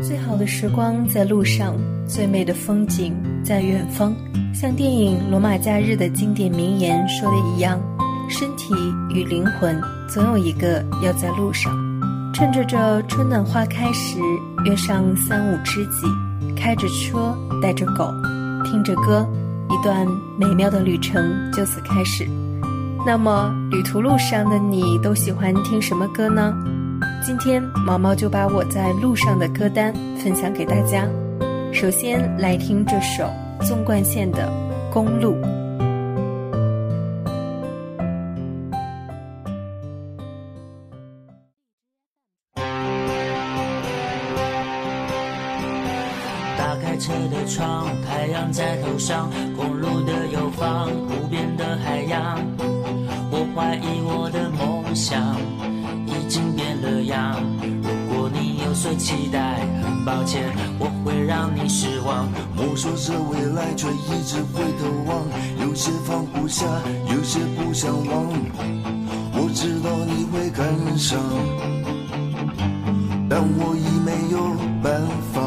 最好的时光在路上，最美的风景在远方。像电影《罗马假日》的经典名言说的一样，身体与灵魂总有一个要在路上。趁着这春暖花开时，约上3、5知己，开着车，带着狗，听着歌，一段美妙的旅程就此开始。那么旅途路上的你都喜欢听什么歌呢？今天毛毛就把我在路上的歌单分享给大家。首先来听这首纵贯线的《公路》。 打开车的窗，太阳在头上，公路的右方，无边的海洋。我怀疑我的梦想已经变了样，如果你有所期待，很抱歉，我会让你失望。 摸索着未来，却一直回头望，有些放不下，有些不想忘。我知道你会感伤，但我已没有办法。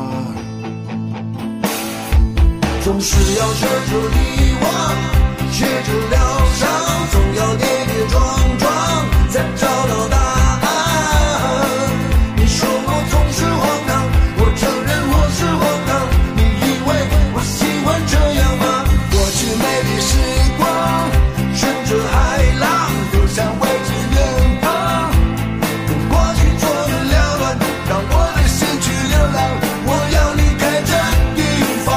总是要学着遗忘，学着疗伤，总要跌跌撞撞，才找到答案。你说我总是荒唐，我承认我是荒唐，你以为我喜欢这样吗？过去美丽时光，顺着海浪，走向未知远方，跟过去做个了断，让我的心去流浪，我要离开这地方。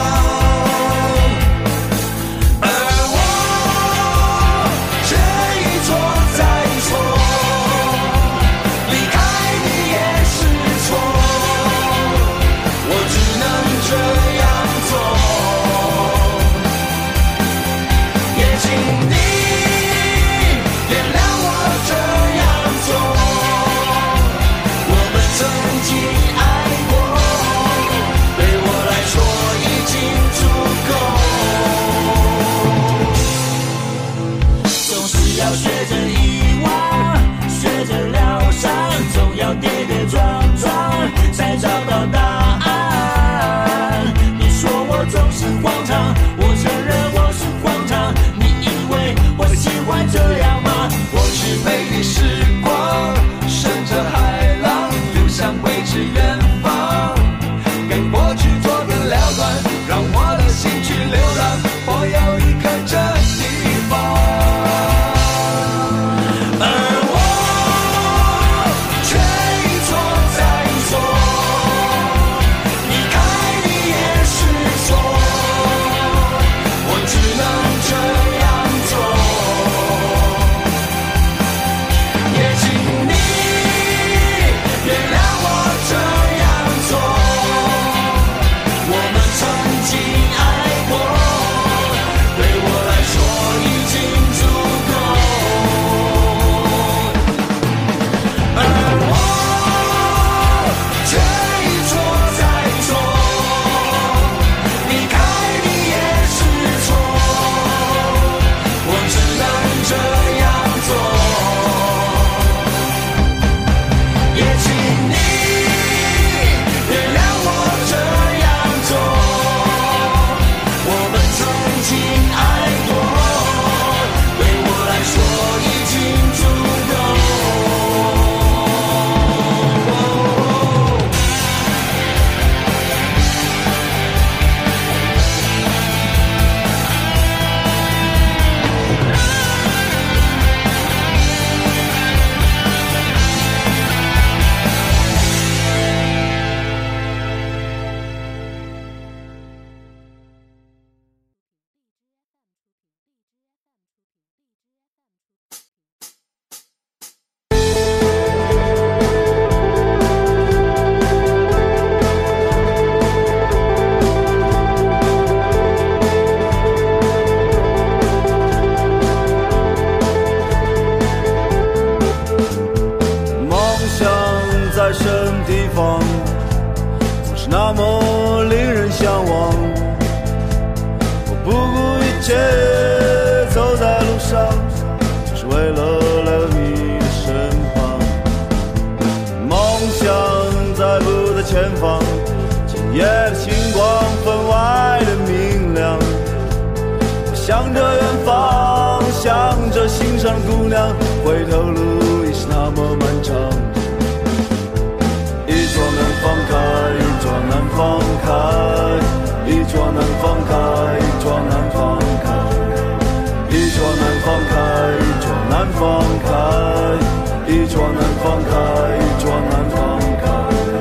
那么令人向往。我不顾一切走在路上，只是为了来到你的身旁。梦想在不在前方， 夜的星光分外的明亮，向着远方，向着心上的姑娘，回头路已是那么漫长。一桩难放开，一桩难放开，一桩难放开，一桩难放开，一桩难放开，一桩难放开，一桩难放开，一桩难放开。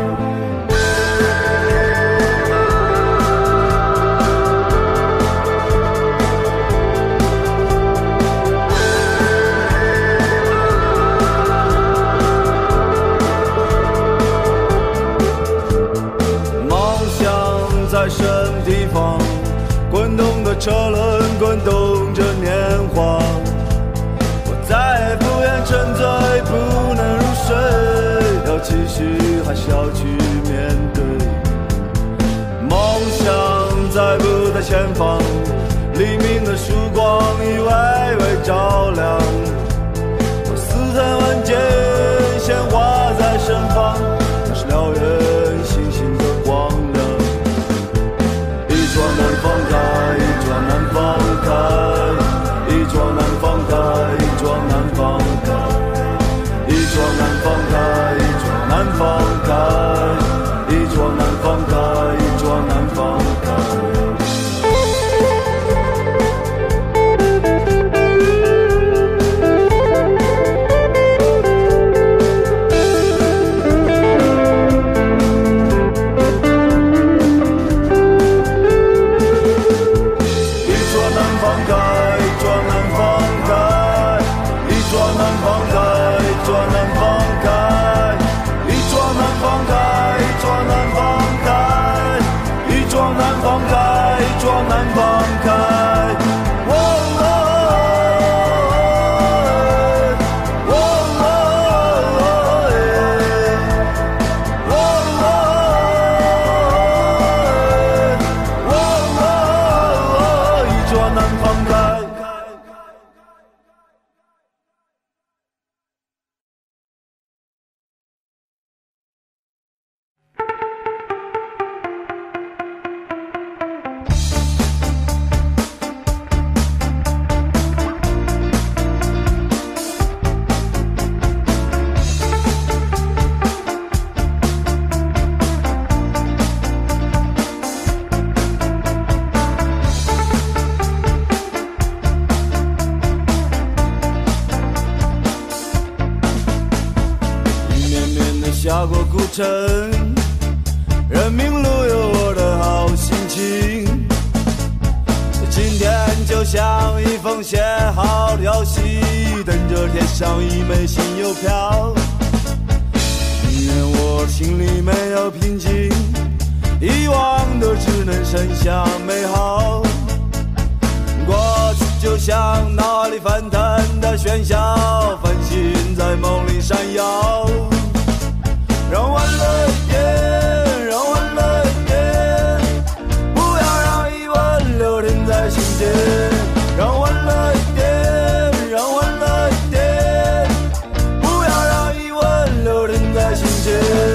在什么地方？滚动的车轮滚动着年华，我再也不愿沉醉，不能入睡，要继续还是要去面对？梦想在不在前方？黎明的曙光已微微照亮，我似曾闻见鲜花在身旁，那是燎原星星的光亮。一桩难放开，一桩难放开，一桩难放开，一桩难放开，一桩难放开，一桩难放开，一桩难放开，一桩难放开。下过古城，人民路有我的好心情。今天就像一封写好的消息，等着贴上一枚新邮票。宁愿我心里没有平静，遗忘的只能剩下美好。过去就像脑海里翻腾的喧嚣，繁星在梦里闪耀。让欢乐一点，让欢乐一点，不要让疑问留停在心间。让欢乐一点，让欢乐一点，不要让疑问留停在心间。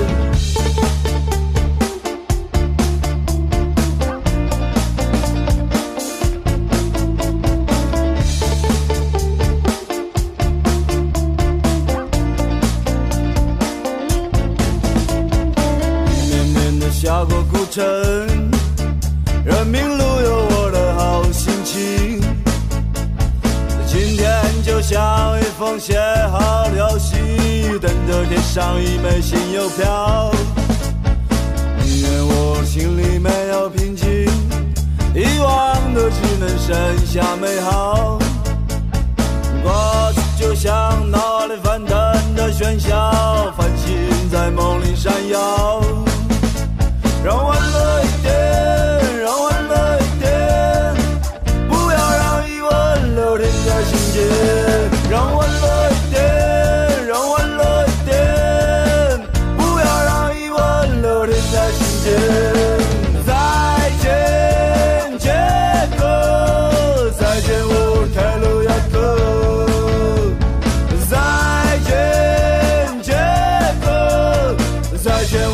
下过古城，人民路有我的好心情。今天就像一封写好的消息，等着贴上一枚新邮票。宁愿我心里没有平静，遗忘的只能剩下美好。过去就像脑海里翻腾的喧嚣，繁星在梦里闪耀。让欢乐一点，让欢乐一点，不要让疑问留停在心间。让欢乐一点，让欢乐一点，不要让疑问留停在心间。再见杰克，再见我的凯鲁亚克。再见杰克，再见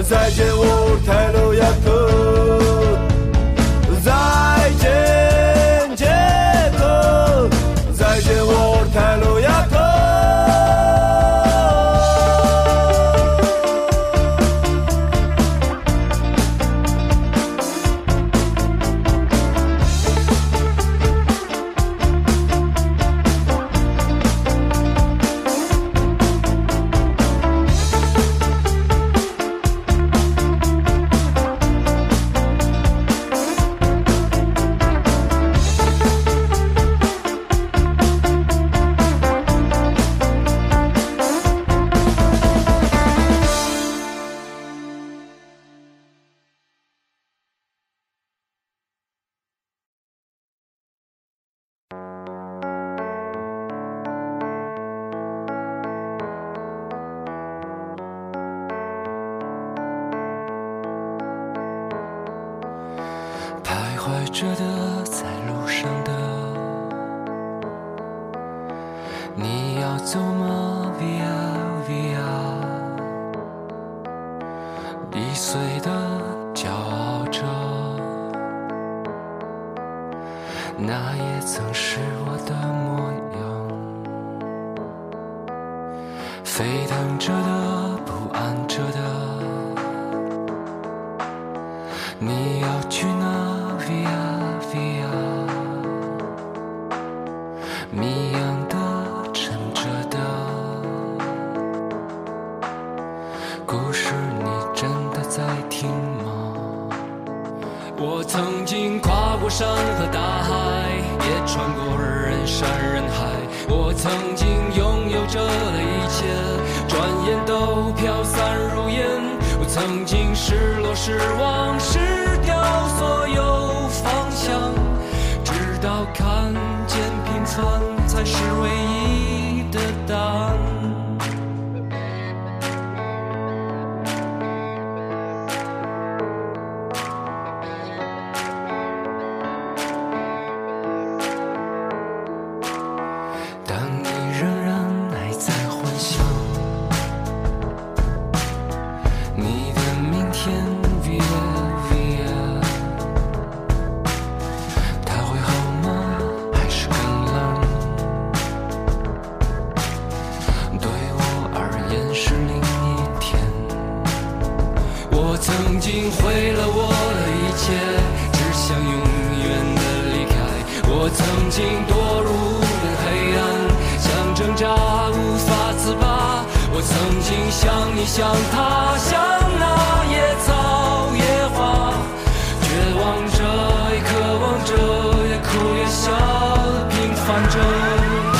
再见我泰罗亚克，再见杰克，再见我泰罗亚克。 徘徊着的，在路上的，你要走吗 ？Via Via， 易碎的骄傲着，那也曾是我的模样。沸腾着的，不安着的，你要去哪？ Via Via， 谜样的，沉着的，故事你真的在听吗？我曾经跨过山和大海，也穿过人山人海。我曾经拥有着的一切，转眼都飘散如烟。我曾经失落失望失掉所有方向，直到看见平凡才是唯一的答案。当你仍然还在幻想你的明天 Via Via， 它会好吗？还是更冷？对我而言是另一天。我曾经毁了我的一切，只想永远的离开。我曾经堕入黑暗，想挣扎无法自拔。我曾经像你像他，像那野草野花，绝望着也渴望着，也哭也笑，平凡着。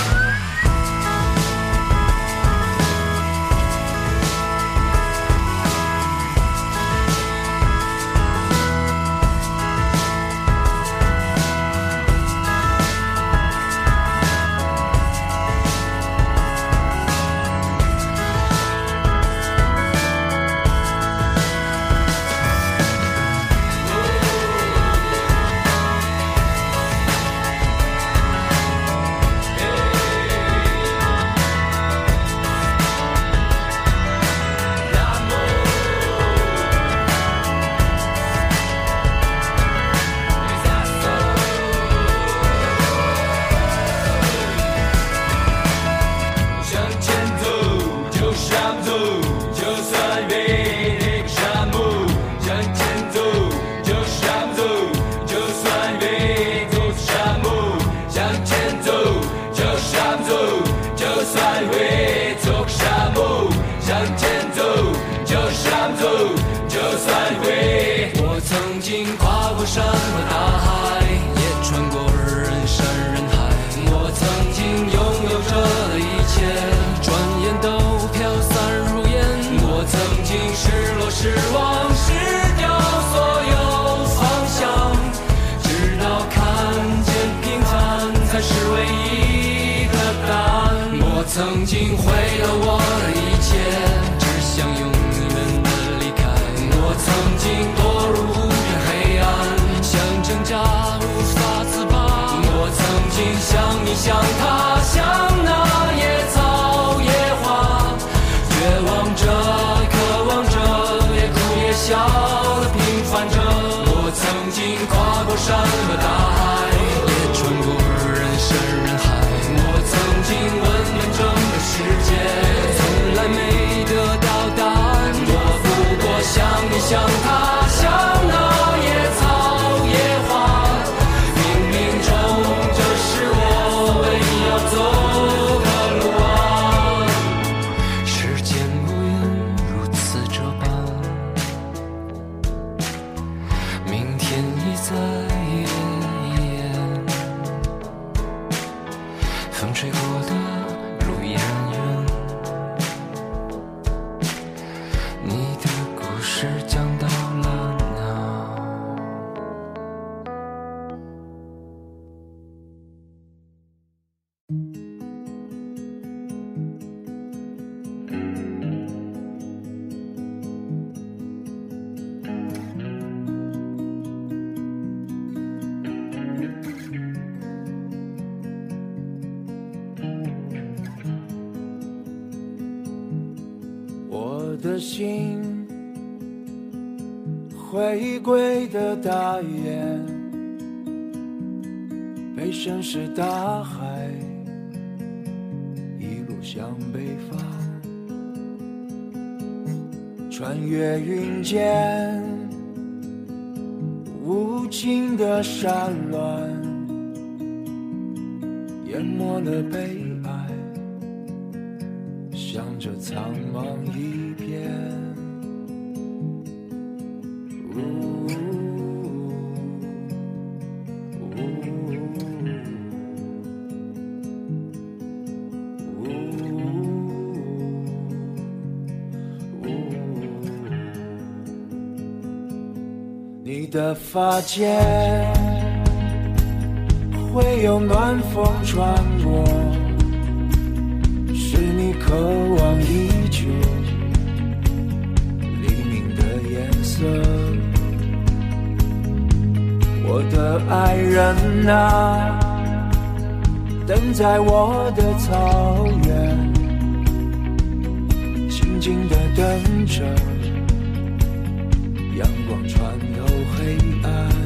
我曾经跨过山和大海，也穿过人山人海。我曾经拥有着的一切，转眼都飘散如烟。我曾经失落失望失掉所有方向，直到看见平凡才是唯一的答案。我曾经毁了我的一切，只想永远的离开。我曾经堕入黑暗，想挣扎无法自拔。我曾经像你像他，像那野草野花，绝望着渴望着，也哭也笑地平凡着。我曾经跨过山和大海，也穿过人山人海。我曾经问遍整个世界，从来没得到答案。我不过像你像他像那野草野花，冥冥中这是我唯一要走的路啊。时间无言如此这般，明天已在眼前，风吹过的路依然远，你的故事讲到了哪？ 我的心回归的大雁，被深是大海，一路向北方，穿越云间，无尽的山峦，淹没了悲哀，向着苍茫一片。你的发间会有暖风穿过，是你渴望已久黎明的颜色。我的爱人啊，等在我的草原，静静地等着阳光穿透黑暗。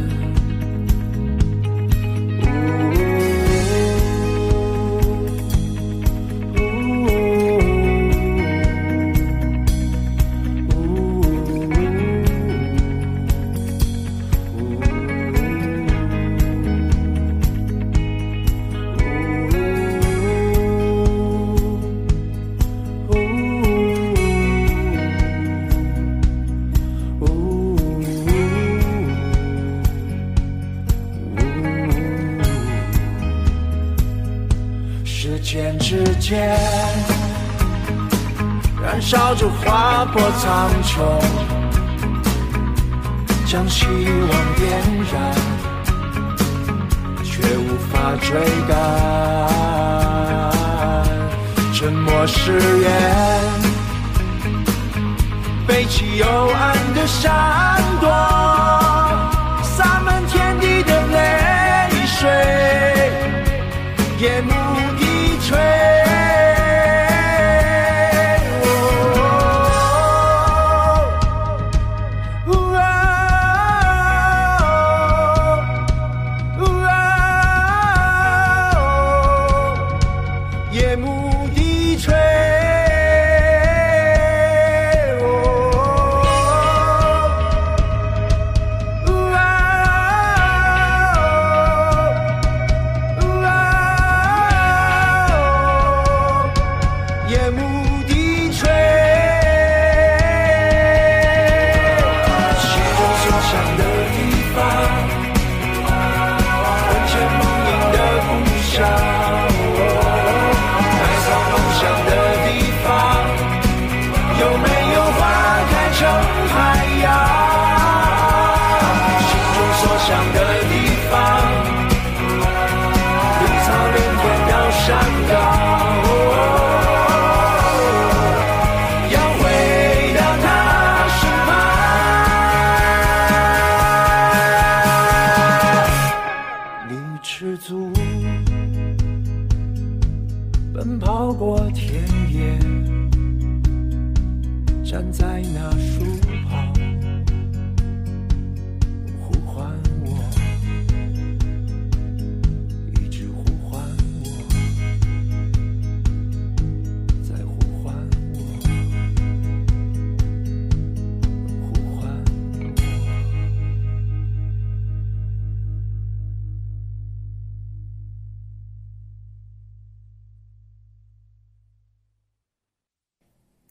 之间燃烧着划破苍穹，将希望点燃，却无法追赶。沉默誓言，背起幽暗的闪躲，洒满天地的泪水，夜幕低垂。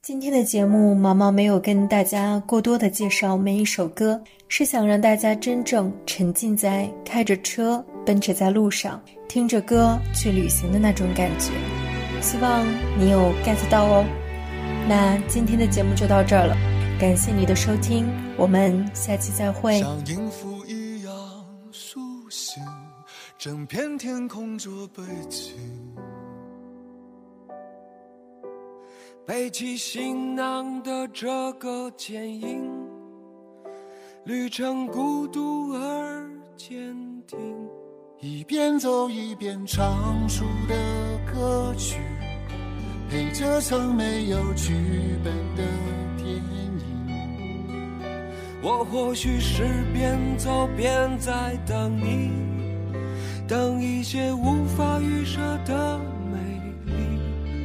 今天的节目毛毛没有跟大家过多的介绍每一首歌，是想让大家真正沉浸在开着车奔驰在路上听着歌去旅行的那种感觉，希望你有 get 到哦。那今天的节目就到这儿了，感谢你的收听，我们下期再会。 像音符一样苏醒，整片天空做背景， 背起行囊的这个剪影，旅程孤独而坚定， 一边走一边唱出的歌曲，陪着曾没有剧本的电影。 我或许是边走边在等你，等一些无法预设的美丽。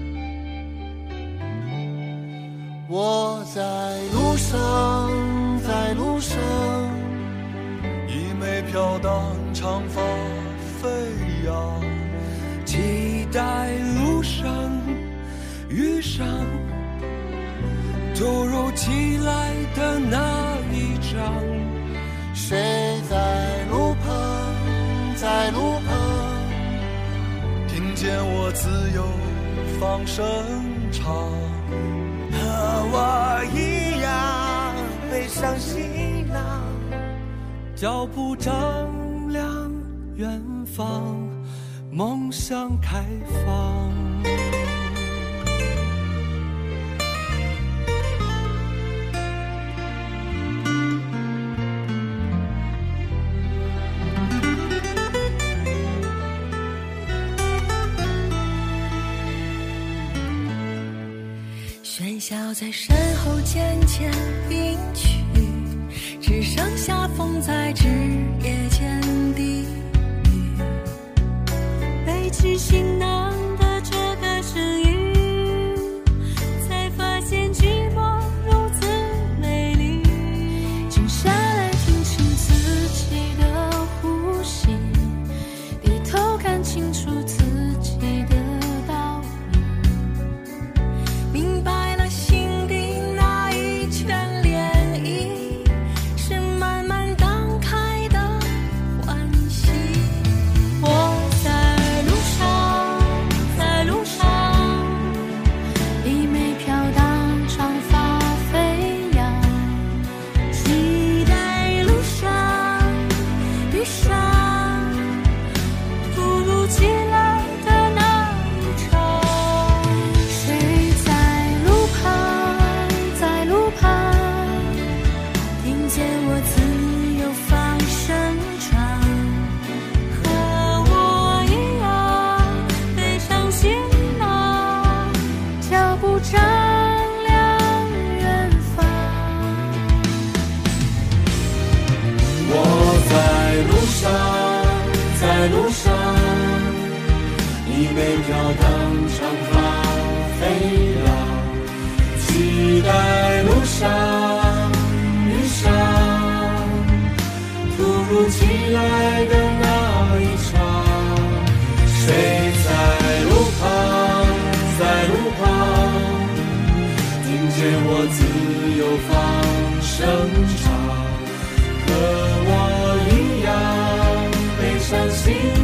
我在路上，在路上， 一枚飘荡长发飞扬， 期待路上遇上突如其来的那一张。 谁在路旁，在路旁， 听见我自由放声唱， 和我一样背上行囊，脚步丈量远方，梦想开放。 喧嚣在身后渐渐隐去，只剩下风在枝叶间低语，背起行囊的这个声音，才发现寂寞如此美丽。静下来听清自己的呼吸，低头看清楚自己的道理，明白在路上，一枚飘荡长发飞扬，期待路上遇上突如其来的那一场。谁在路旁，在路旁，听见我自由放声唱，和我一样背上行